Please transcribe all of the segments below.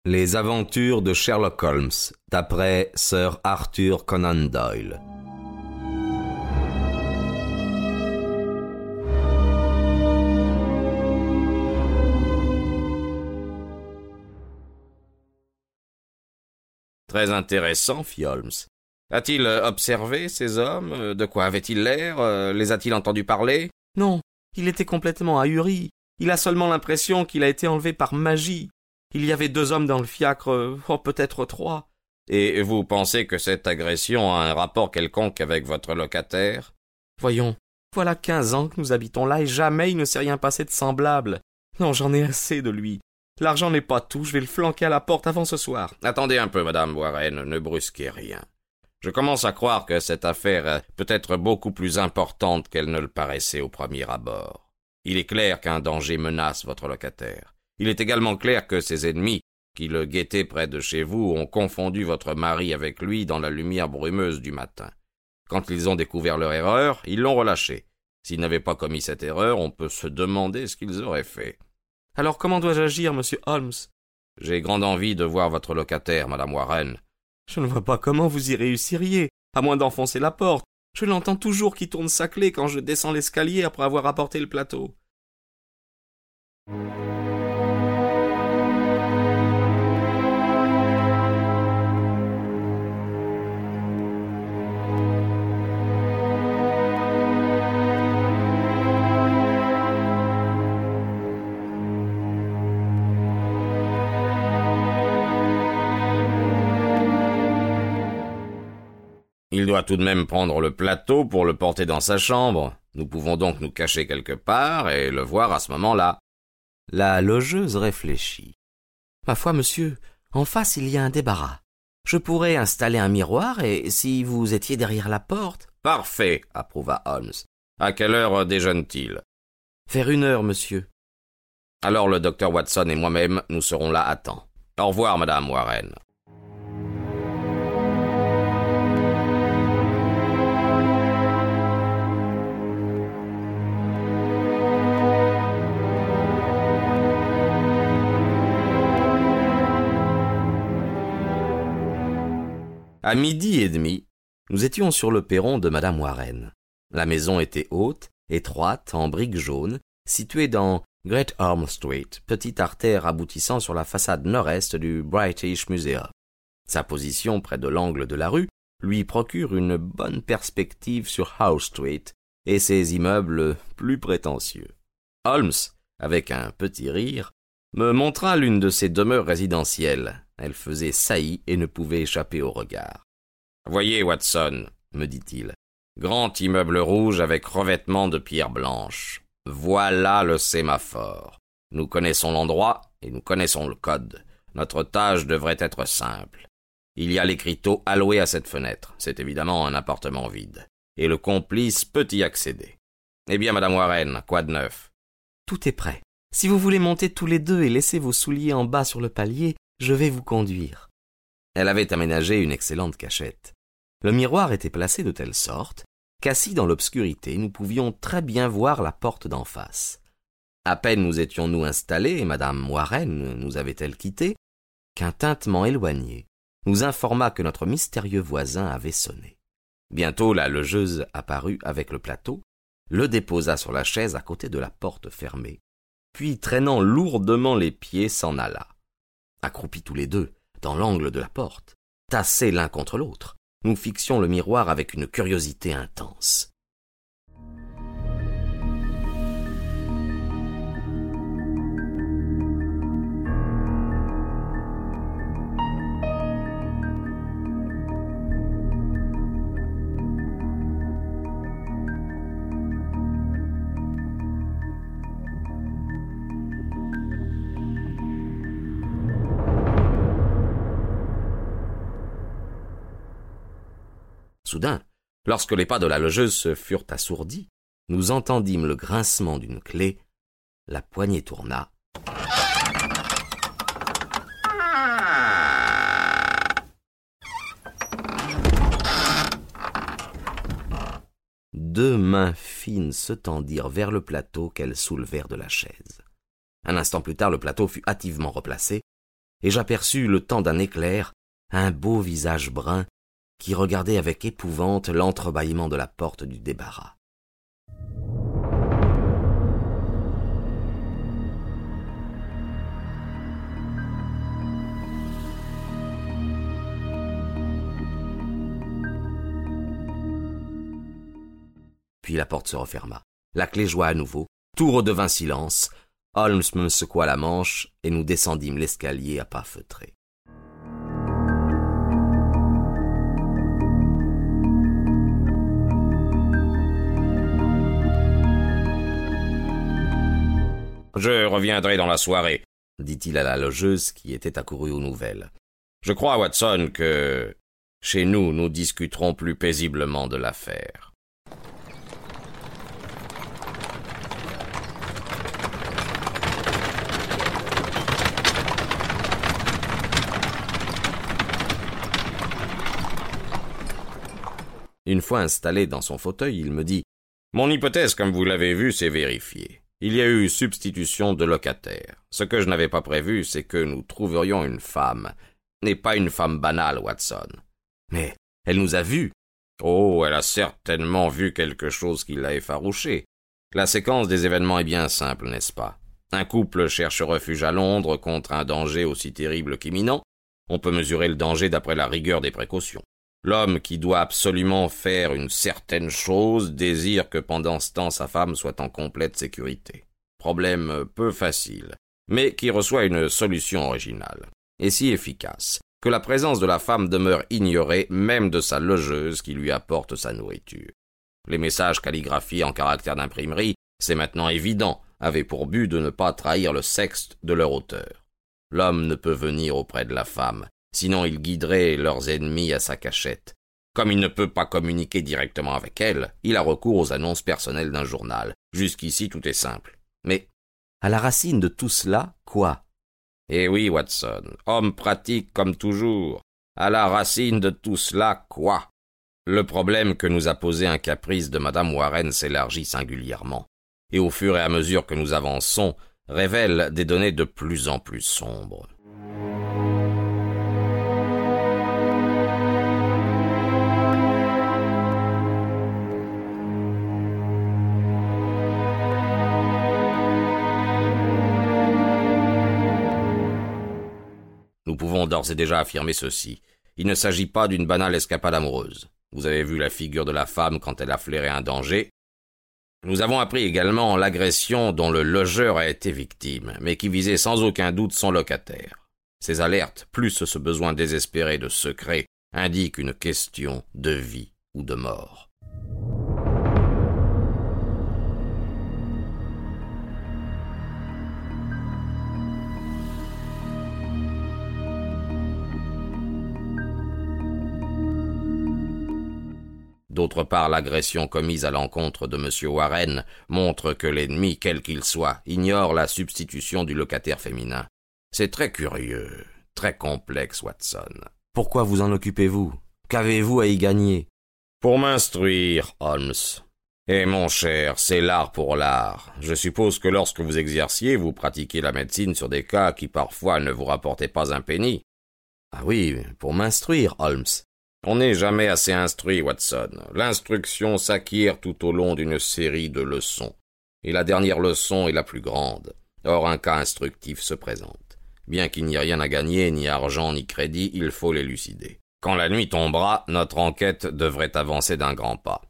Les aventures de Sherlock Holmes, d'après Sir Arthur Conan Doyle. Très intéressant, fit Holmes. A-t-il observé ces hommes? De quoi avaient-ils l'air? Les a-t-il entendus parler? Non, il était complètement ahuri. Il a seulement l'impression qu'il a été enlevé par magie. Il y avait 2 hommes dans le fiacre, peut-être 3. Et vous pensez que cette agression a un rapport quelconque avec votre locataire? Voyons, voilà 15 ans que nous habitons là et jamais il ne s'est rien passé de semblable. Non, j'en ai assez de lui. L'argent n'est pas tout, je vais le flanquer à la porte avant ce soir. Attendez un peu, madame Warren, ne brusquez rien. Je commence à croire que cette affaire peut être beaucoup plus importante qu'elle ne le paraissait au premier abord. Il est clair qu'un danger menace votre locataire. Il est également clair que ses ennemis, qui le guettaient près de chez vous, ont confondu votre mari avec lui dans la lumière brumeuse du matin. Quand ils ont découvert leur erreur, ils l'ont relâché. S'ils n'avaient pas commis cette erreur, on peut se demander ce qu'ils auraient fait. Alors comment dois-je agir, monsieur Holmes? J'ai grande envie de voir votre locataire, madame Warren. Je ne vois pas comment vous y réussiriez, à moins d'enfoncer la porte. Je l'entends toujours qui tourne sa clé quand je descends l'escalier après avoir apporté le plateau. Il doit tout de même prendre le plateau pour le porter dans sa chambre. Nous pouvons donc nous cacher quelque part et le voir à ce moment-là. La logeuse réfléchit. Ma foi, monsieur, en face il y a un débarras. Je pourrais installer un miroir et si vous étiez derrière la porte... Parfait, approuva Holmes. À quelle heure déjeune-t-il? Vers 1h, monsieur. Alors le docteur Watson et moi-même, nous serons là à temps. Au revoir, madame Warren. À 12h30, nous étions sur le perron de madame Warren. La maison était haute, étroite, en briques jaunes, située dans Great Orme Street, petite artère aboutissant sur la façade nord-est du British Museum. Sa position près de l'angle de la rue lui procure une bonne perspective sur Howe Street et ses immeubles plus prétentieux. Holmes, avec un petit rire, me montra l'une de ses demeures résidentielles. Elle faisait saillie et ne pouvait échapper au regard. « Voyez, Watson, me dit-il, grand immeuble rouge avec revêtement de pierre blanche. Voilà le sémaphore. Nous connaissons l'endroit et nous connaissons le code. Notre tâche devrait être simple. Il y a l'écriteau alloué à cette fenêtre. C'est évidemment un appartement vide. Et le complice peut y accéder. Eh bien, madame Warren, quoi de neuf? Tout est prêt. Si vous voulez monter tous les deux et laisser vos souliers en bas sur le palier, je vais vous conduire. Elle avait aménagé une excellente cachette. Le miroir était placé de telle sorte qu'assis dans l'obscurité, nous pouvions très bien voir la porte d'en face. À peine nous étions-nous installés et madame Warren nous avait-elle quittés, qu'un tintement éloigné nous informa que notre mystérieux voisin avait sonné. Bientôt la logeuse apparut avec le plateau, le déposa sur la chaise à côté de la porte fermée, puis traînant lourdement les pieds s'en alla. Accroupis tous les deux, dans l'angle de la porte, tassés l'un contre l'autre, nous fixions le miroir avec une curiosité intense. Soudain, lorsque les pas de la logeuse se furent assourdis, nous entendîmes le grincement d'une clé, la poignée tourna. Deux mains fines se tendirent vers le plateau qu'elles soulevèrent de la chaise. Un instant plus tard, le plateau fut hâtivement replacé, et j'aperçus, le temps d'un éclair, un beau visage brun qui regardait avec épouvante l'entrebâillement de la porte du débarras. Puis la porte se referma. La clé joua à nouveau. Tout redevint silence. Holmes me secoua la manche et nous descendîmes l'escalier à pas feutrés. Je reviendrai dans la soirée, dit-il à la logeuse qui était accourue aux nouvelles. Je crois, Watson, que chez nous, nous discuterons plus paisiblement de l'affaire. Une fois installé dans son fauteuil, il me dit « Mon hypothèse, comme vous l'avez vu, s'est vérifiée. Il y a eu substitution de locataires. Ce que je n'avais pas prévu, c'est que nous trouverions une femme. Et pas une femme banale, Watson. » « Mais elle nous a vus. » »« Oh, elle a certainement vu quelque chose qui l'a effarouchée. La séquence des événements est bien simple, n'est-ce pas? Un couple cherche refuge à Londres contre un danger aussi terrible qu'imminent. On peut mesurer le danger d'après la rigueur des précautions. L'homme qui doit absolument faire une certaine chose désire que pendant ce temps sa femme soit en complète sécurité. Problème peu facile, mais qui reçoit une solution originale, et si efficace, que la présence de la femme demeure ignorée même de sa logeuse qui lui apporte sa nourriture. Les messages calligraphiés en caractères d'imprimerie, c'est maintenant évident, avaient pour but de ne pas trahir le sexe de leur auteur. L'homme ne peut venir auprès de la femme, sinon il guiderait leurs ennemis à sa cachette. Comme il ne peut pas communiquer directement avec elle, il a recours aux annonces personnelles d'un journal. Jusqu'ici, tout est simple. Mais, à la racine de tout cela, quoi? Eh oui, Watson, homme pratique comme toujours. À la racine de tout cela, quoi? Le problème que nous a posé un caprice de Madame Warren s'élargit singulièrement, et au fur et à mesure que nous avançons, révèle des données de plus en plus sombres. Nous pouvons d'ores et déjà affirmer ceci. Il ne s'agit pas d'une banale escapade amoureuse. Vous avez vu la figure de la femme quand elle a flairé un danger. Nous avons appris également l'agression dont le logeur a été victime, mais qui visait sans aucun doute son locataire. Ces alertes, plus ce besoin désespéré de secret, indiquent une question de vie ou de mort. D'autre part, l'agression commise à l'encontre de M. Warren montre que l'ennemi, quel qu'il soit, ignore la substitution du locataire féminin. C'est très curieux, très complexe, Watson. Pourquoi vous en occupez-vous? Qu'avez-vous à y gagner? Pour m'instruire, Holmes. Et mon cher, c'est l'art pour l'art. Je suppose que lorsque vous exerciez, vous pratiquiez la médecine sur des cas qui parfois ne vous rapportaient pas un penny. Ah oui, pour m'instruire, Holmes. On n'est jamais assez instruit, Watson. L'instruction s'acquiert tout au long d'une série de leçons. Et la dernière leçon est la plus grande. Or, un cas instructif se présente. Bien qu'il n'y ait rien à gagner, ni argent, ni crédit, il faut l'élucider. Quand la nuit tombera, notre enquête devrait avancer d'un grand pas.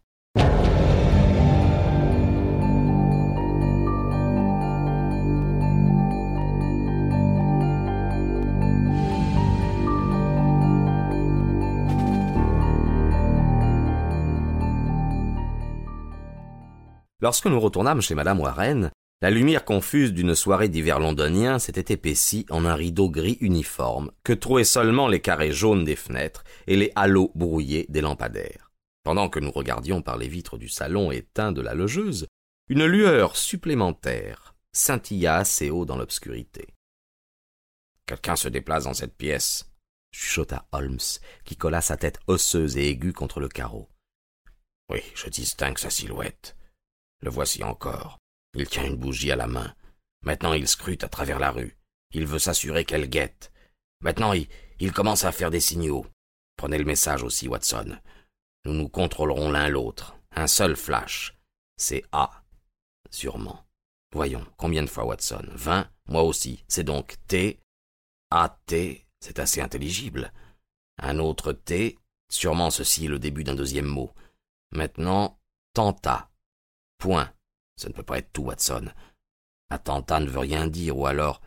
Lorsque nous retournâmes chez Madame Warren, la lumière confuse d'une soirée d'hiver londonien s'était épaissie en un rideau gris uniforme que trouaient seulement les carrés jaunes des fenêtres et les halos brouillés des lampadaires. Pendant que nous regardions par les vitres du salon éteint de la logeuse, une lueur supplémentaire scintilla assez haut dans l'obscurité. « Quelqu'un se déplace dans cette pièce » chuchota Holmes, qui colla sa tête osseuse et aiguë contre le carreau. « Oui, je distingue sa silhouette. Le voici encore. Il tient une bougie à la main. Maintenant il scrute à travers la rue. Il veut s'assurer qu'elle guette. Maintenant, il commence à faire des signaux. Prenez le message aussi, Watson. Nous nous contrôlerons l'un l'autre. Un seul flash. C'est A. Sûrement. Voyons, combien de fois, Watson? 20? Moi aussi. C'est donc T. A-T. C'est assez intelligible. Un autre T. Sûrement ceci est le début d'un deuxième mot. Maintenant, tenta. Point. Ce ne peut pas être tout, Watson. Attentat ne veut rien dire, ou alors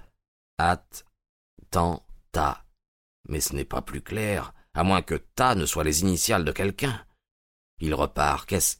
at-ten-ta. Mais ce n'est pas plus clair, à moins que ta ne soit les initiales de quelqu'un. Il repart. Qu'est-ce?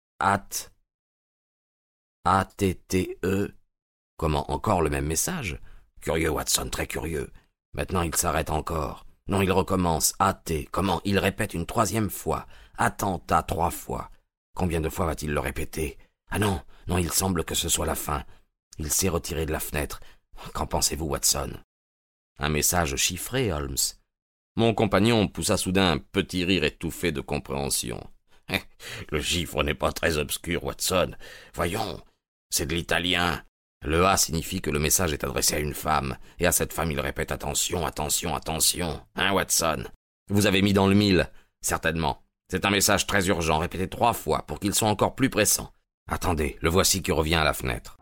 A-T-T-E. Comment, encore le même message? Curieux, Watson, très curieux. Maintenant, il s'arrête encore. Non, il recommence. A-T. Comment? Il répète une troisième fois. Attentat 3 fois. Combien de fois va-t-il le répéter? Ah non, non, il semble que ce soit la fin. Il s'est retiré de la fenêtre. Qu'en pensez-vous, Watson? Un message chiffré, Holmes. Mon compagnon poussa soudain un petit rire étouffé de compréhension. Le chiffre n'est pas très obscur, Watson. Voyons, c'est de l'italien. Le A signifie que le message est adressé à une femme, et à cette femme il répète attention, attention, attention. Hein, Watson? Vous avez mis dans le mille, certainement. C'est un message très urgent, répété 3 fois, pour qu'il soit encore plus pressant. Attendez, le voici qui revient à la fenêtre.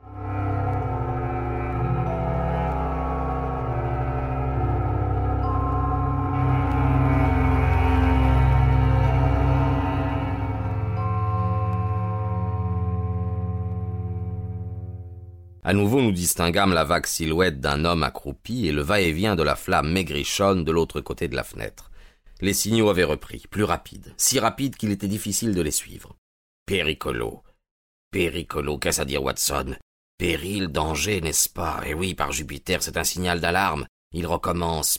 À nouveau, nous distinguâmes la vague silhouette d'un homme accroupi et le va-et-vient de la flamme maigrichonne de l'autre côté de la fenêtre. Les signaux avaient repris, plus rapides, si rapides qu'il était difficile de les suivre. Péricolo. Péricolo, qu'est-ce à dire, Watson? Péril, danger, n'est-ce pas? Eh oui, par Jupiter, c'est un signal d'alarme. Il recommence.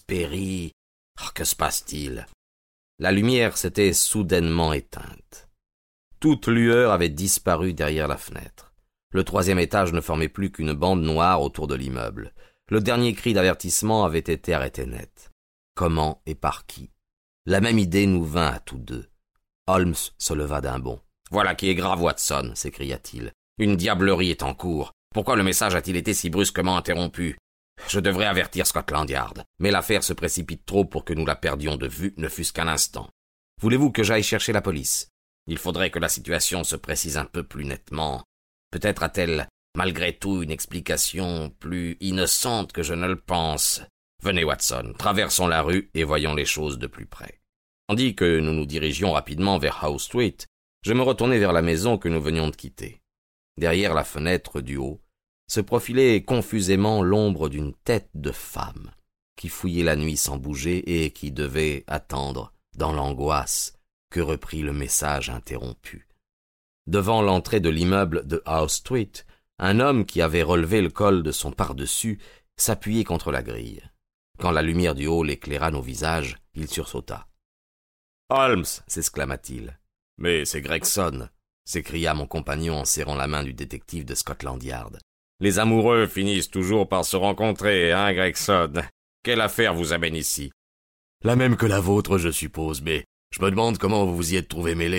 Oh, que se passe-t-il? La lumière s'était soudainement éteinte. Toute lueur avait disparu derrière la fenêtre. Le 3e étage ne formait plus qu'une bande noire autour de l'immeuble. Le dernier cri d'avertissement avait été arrêté net. Comment et par qui? La même idée nous vint à tous deux. Holmes se leva d'un bond. « Voilà qui est grave, Watson !» s'écria-t-il. « Une diablerie est en cours. Pourquoi le message a-t-il été si brusquement interrompu? Je devrais avertir Scotland Yard, mais l'affaire se précipite trop pour que nous la perdions de vue, ne fût-ce qu'un instant. Voulez-vous que j'aille chercher la police? Il faudrait que la situation se précise un peu plus nettement. Peut-être a-t-elle, malgré tout, une explication plus innocente que je ne le pense. Venez, Watson, traversons la rue et voyons les choses de plus près. » Tandis que nous nous dirigions rapidement vers Howe Street, je me retournai vers la maison que nous venions de quitter. Derrière la fenêtre du haut se profilait confusément l'ombre d'une tête de femme qui fouillait la nuit sans bouger et qui devait attendre, dans l'angoisse, que reprit le message interrompu. Devant l'entrée de l'immeuble de Howe Street, un homme qui avait relevé le col de son pardessus s'appuyait contre la grille. Quand la lumière du hall éclaira nos visages, il sursauta. « Holmes !» s'exclama-t-il. « Mais c'est Gregson !» s'écria mon compagnon en serrant la main du détective de Scotland Yard. « Les amoureux finissent toujours par se rencontrer, hein, Gregson? Quelle affaire vous amène ici ?»« La même que la vôtre, je suppose, mais je me demande comment vous vous y êtes trouvé mêlé. »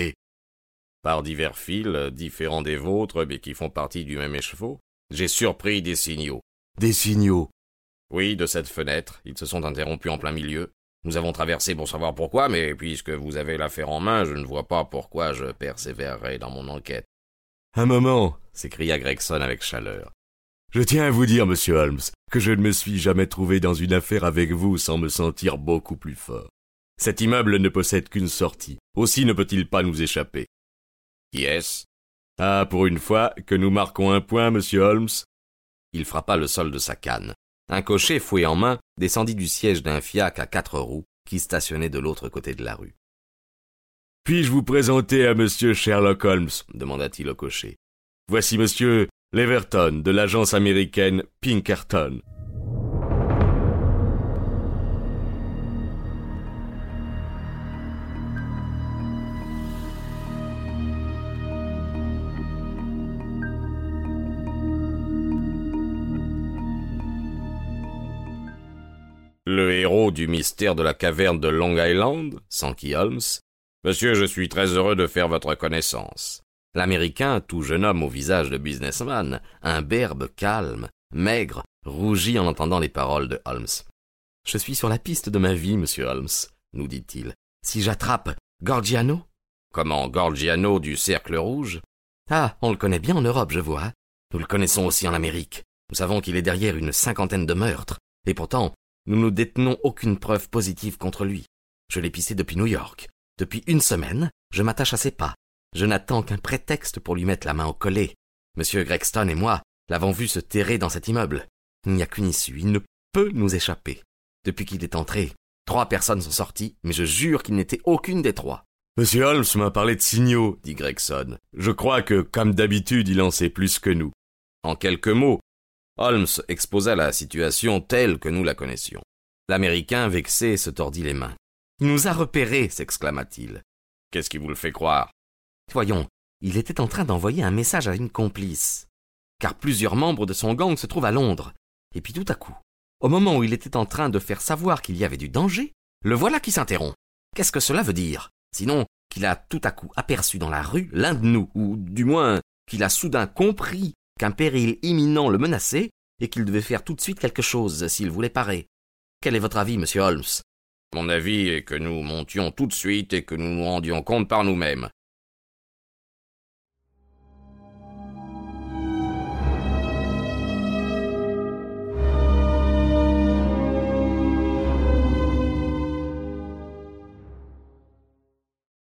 Par divers fils, différents des vôtres, mais qui font partie du même écheveau, j'ai surpris des signaux. « Des signaux ?» Oui, de cette fenêtre. Ils se sont interrompus en plein milieu. Nous avons traversé pour savoir pourquoi, mais puisque vous avez l'affaire en main, je ne vois pas pourquoi je persévérerai dans mon enquête. « Un moment !» s'écria Gregson avec chaleur. « Je tiens à vous dire, monsieur Holmes, que je ne me suis jamais trouvé dans une affaire avec vous sans me sentir beaucoup plus fort. Cet immeuble ne possède qu'une sortie, aussi ne peut-il pas nous échapper. » Qui est-ce? Ah, pour une fois, que nous marquons un point, monsieur Holmes. Il frappa le sol de sa canne. Un cocher, fouet en main, descendit du siège d'un fiacre à 4 roues qui stationnait de l'autre côté de la rue. « Puis-je vous présenter à monsieur Sherlock Holmes ?» demanda-t-il au cocher. « Voici monsieur Leverton, de l'agence américaine Pinkerton. » Le héros du mystère de la caverne de Long Island, s'enquit Holmes. « Monsieur, je suis très heureux de faire votre connaissance. » L'Américain, tout jeune homme au visage de businessman, imberbe, calme, maigre, rougit en entendant les paroles de Holmes. « Je suis sur la piste de ma vie, monsieur Holmes, nous dit-il. Si j'attrape Gorgiano? Comment, Gorgiano du Cercle Rouge? Ah, on le connaît bien en Europe, je vois. Nous le connaissons aussi en Amérique. Nous savons qu'il est derrière une 50aine de meurtres. Et pourtant, nous ne détenons aucune preuve positive contre lui. Je l'ai pissé depuis New York. Depuis 1 semaine, je m'attache à ses pas. Je n'attends qu'un prétexte pour lui mettre la main au collet. Monsieur Gregston et moi l'avons vu se terrer dans cet immeuble. Il n'y a qu'une issue, il ne peut nous échapper. Depuis qu'il est entré, 3 personnes sont sorties, mais je jure qu'il n'était aucune des 3. Monsieur Holmes m'a parlé de signaux, dit Gregson. Je crois que, comme d'habitude, il en sait plus que nous. En quelques mots, Holmes exposa la situation telle que nous la connaissions. L'Américain, vexé, se tordit les mains. « Il nous a repérés !» s'exclama-t-il. « Qu'est-ce qui vous le fait croire ?»« Voyons, il était en train d'envoyer un message à une complice. Car plusieurs membres de son gang se trouvent à Londres. Et puis tout à coup, au moment où il était en train de faire savoir qu'il y avait du danger, le voilà qui s'interrompt. Qu'est-ce que cela veut dire ? Sinon qu'il a tout à coup aperçu dans la rue l'un de nous, ou du moins qu'il a soudain compris qu'un péril imminent le menaçait et qu'il devait faire tout de suite quelque chose s'il voulait parer. Quel est votre avis, monsieur Holmes ? Mon avis est que nous montions tout de suite et que nous nous rendions compte par nous-mêmes.